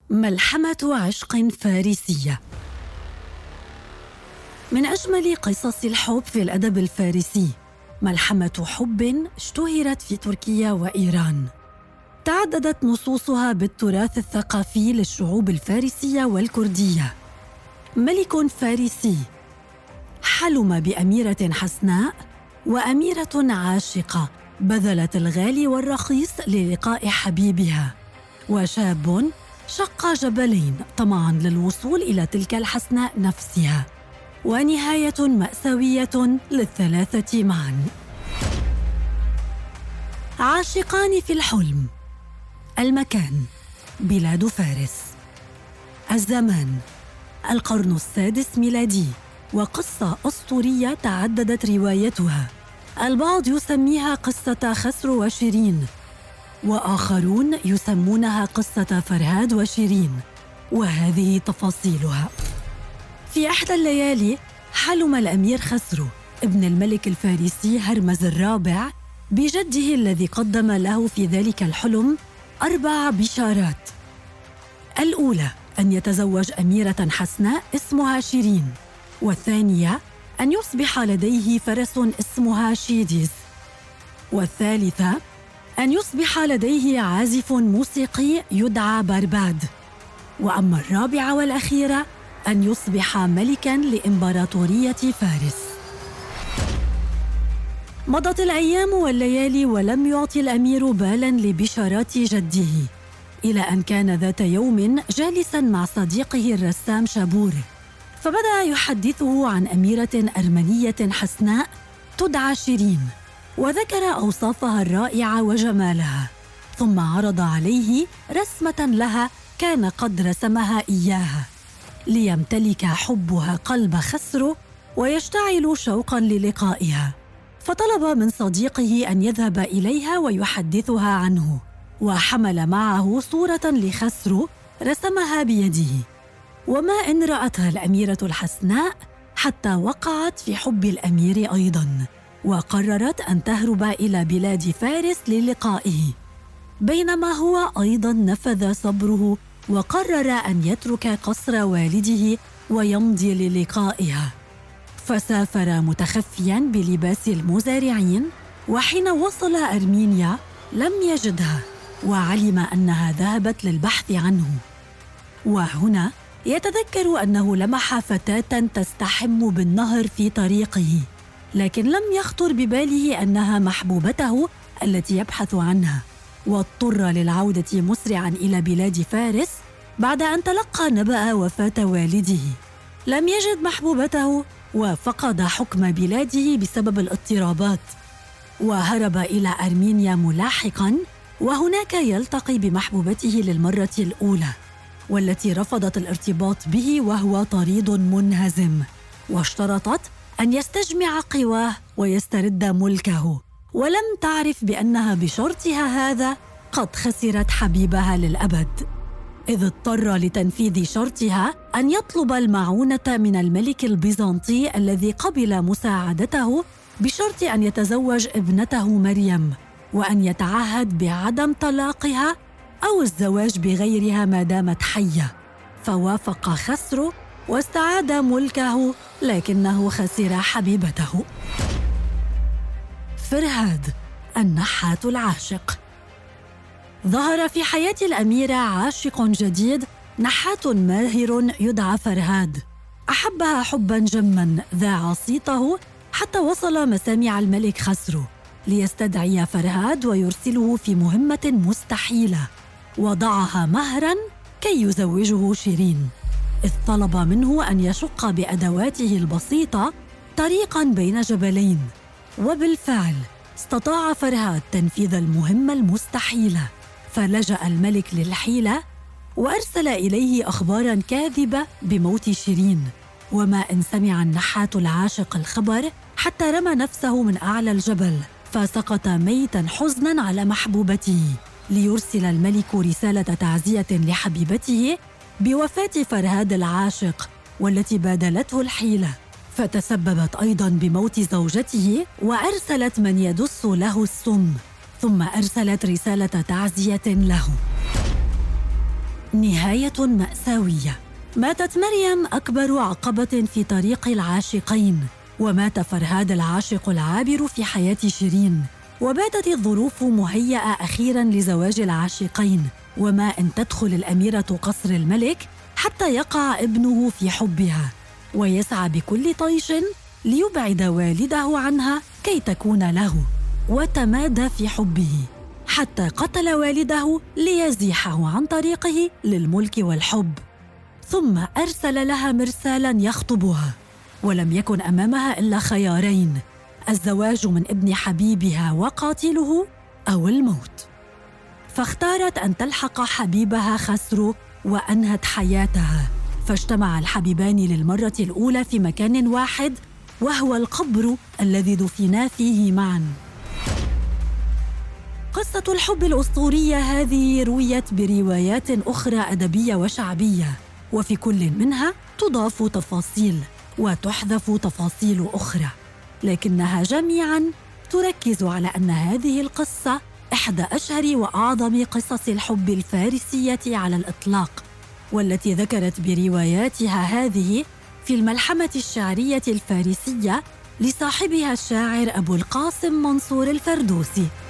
ملحمة عشق فارسية. من أجمل قصص الحب في الأدب الفارسي ملحمة حب اشتهرت في تركيا وإيران. تعددت نصوصها بالتراث الثقافي للشعوب الفارسية والكردية. ملك فارسي حلم بأميرة حسناء، وأميرة عاشقة بذلت الغالي والرخيص للقاء حبيبها، وشاب شق جبلين طمعاً للوصول إلى تلك الحسناء نفسها، ونهاية مأساوية للثلاثة معاً. عاشقان في الحلم. المكان: بلاد فارس. الزمان: القرن السادس ميلادي، وقصة أسطورية تعددت روايتها. البعض يسميها قصة خسر وشيرين، وآخرون يسمونها قصة فرهاد وشيرين، وهذه تفاصيلها. في إحدى الليالي حلم الأمير خسرو ابن الملك الفارسي هرمز الرابع بجده الذي قدم له في ذلك الحلم 4 بشارات. الأولى أن يتزوج أميرة حسناء اسمها شيرين، والثانية أن يصبح لديه فرس اسمها شيديز، والثالثة أن يصبح لديه عازف موسيقي يدعى برباد، وأما الرابعة والأخيرة أن يصبح ملكاً لإمبراطورية فارس. مضت الأيام والليالي ولم يعطي الأمير بالاً لبشارات جده، إلى أن كان ذات يوم جالساً مع صديقه الرسام شابور، فبدأ يحدثه عن أميرة أرمنية حسناء تدعى شيرين، وذكر أوصافها الرائعة وجمالها، ثم عرض عليه رسمة لها كان قد رسمها إياها، ليمتلك حبها قلب خسرو ويشتعل شوقاً للقائها. فطلب من صديقه أن يذهب إليها ويحدثها عنه، وحمل معه صورة لخسرو رسمها بيده. وما إن رأتها الأميرة الحسناء حتى وقعت في حب الأمير أيضاً، وقررت أن تهرب إلى بلاد فارس للقائه، بينما هو أيضاً نفذ صبره وقرر أن يترك قصر والده ويمضي للقائها. فسافر متخفياً بلباس المزارعين، وحين وصل أرمينيا لم يجدها، وعلم أنها ذهبت للبحث عنه. وهنا يتذكر أنه لمح فتاة تستحم بالنهر في طريقه، لكن لم يخطر بباله أنها محبوبته التي يبحث عنها، واضطر للعودة مسرعاً إلى بلاد فارس بعد أن تلقى نبأ وفاة والده. لم يجد محبوبته، وفقد حكم بلاده بسبب الاضطرابات، وهرب إلى أرمينيا ملاحقاً، وهناك يلتقي بمحبوبته للمرة الأولى، والتي رفضت الارتباط به وهو طريد منهزم، واشترطت أن يستجمع قواه ويسترد ملكه، ولم تعرف بأنها بشرطها هذا قد خسرت حبيبها للأبد، إذ اضطر لتنفيذ شرطها أن يطلب المعونة من الملك البيزنطي الذي قبل مساعدته بشرط أن يتزوج ابنته مريم، وأن يتعهد بعدم طلاقها أو الزواج بغيرها ما دامت حية. فوافق خسرو واستعاد ملكه، لكنه خسر حبيبته. فرهاد النحات العاشق. ظهر في حياة الأميرة عاشق جديد، نحات ماهر يدعى فرهاد. أحبها حباً جماً ذاع صيته حتى وصل مسامع الملك خسرو ليستدعي فرهاد ويرسله في مهمة مستحيلة، وضعها مهراً كي يزوجه شيرين، إذ طلب منه أن يشق بأدواته البسيطة طريقاً بين جبلين. وبالفعل استطاع فرهاد تنفيذ المهمة المستحيلة، فلجأ الملك للحيلة وأرسل إليه أخباراً كاذبة بموت شيرين. وما إن سمع النحات العاشق الخبر حتى رمى نفسه من أعلى الجبل، فسقط ميتاً حزناً على محبوبته، ليرسل الملك رسالة تعزية لحبيبته بوفاة فرهاد العاشق والتي بادلته الحيلة، فتسببت أيضاً بموت زوجته، وأرسلت من يدس له السم، ثم أرسلت رسالة تعزية له. نهاية مأساوية. ماتت مريم أكبر عقبة في طريق العاشقين، ومات فرهاد العاشق العابر في حياة شيرين، وباتت الظروف مهيئة أخيراً لزواج العاشقين، وما أن تدخل الأميرة قصر الملك حتى يقع ابنه في حبها، ويسعى بكل طيش ليبعد والده عنها كي تكون له، وتمادى في حبه حتى قتل والده ليزيحه عن طريقه للملك والحب، ثم أرسل لها مرسالاً يخطبها، ولم يكن أمامها إلا خيارين: الزواج من ابن حبيبها وقاتله أو الموت. فاختارت أن تلحق حبيبها خسرو وأنهت حياتها، فاجتمع الحبيبان للمرة الأولى في مكان واحد، وهو القبر الذي دفنا فيه معاً. قصة الحب الأسطورية هذه رويت بروايات أخرى أدبية وشعبية، وفي كل منها تضاف تفاصيل وتحذف تفاصيل أخرى، لكنها جميعاً تركز على أن هذه القصة إحدى أشهر وأعظم قصص الحب الفارسية على الإطلاق، والتي ذكرت برواياتها هذه في الملحمة الشعرية الفارسية لصاحبها الشاعر أبو القاسم منصور الفردوسي.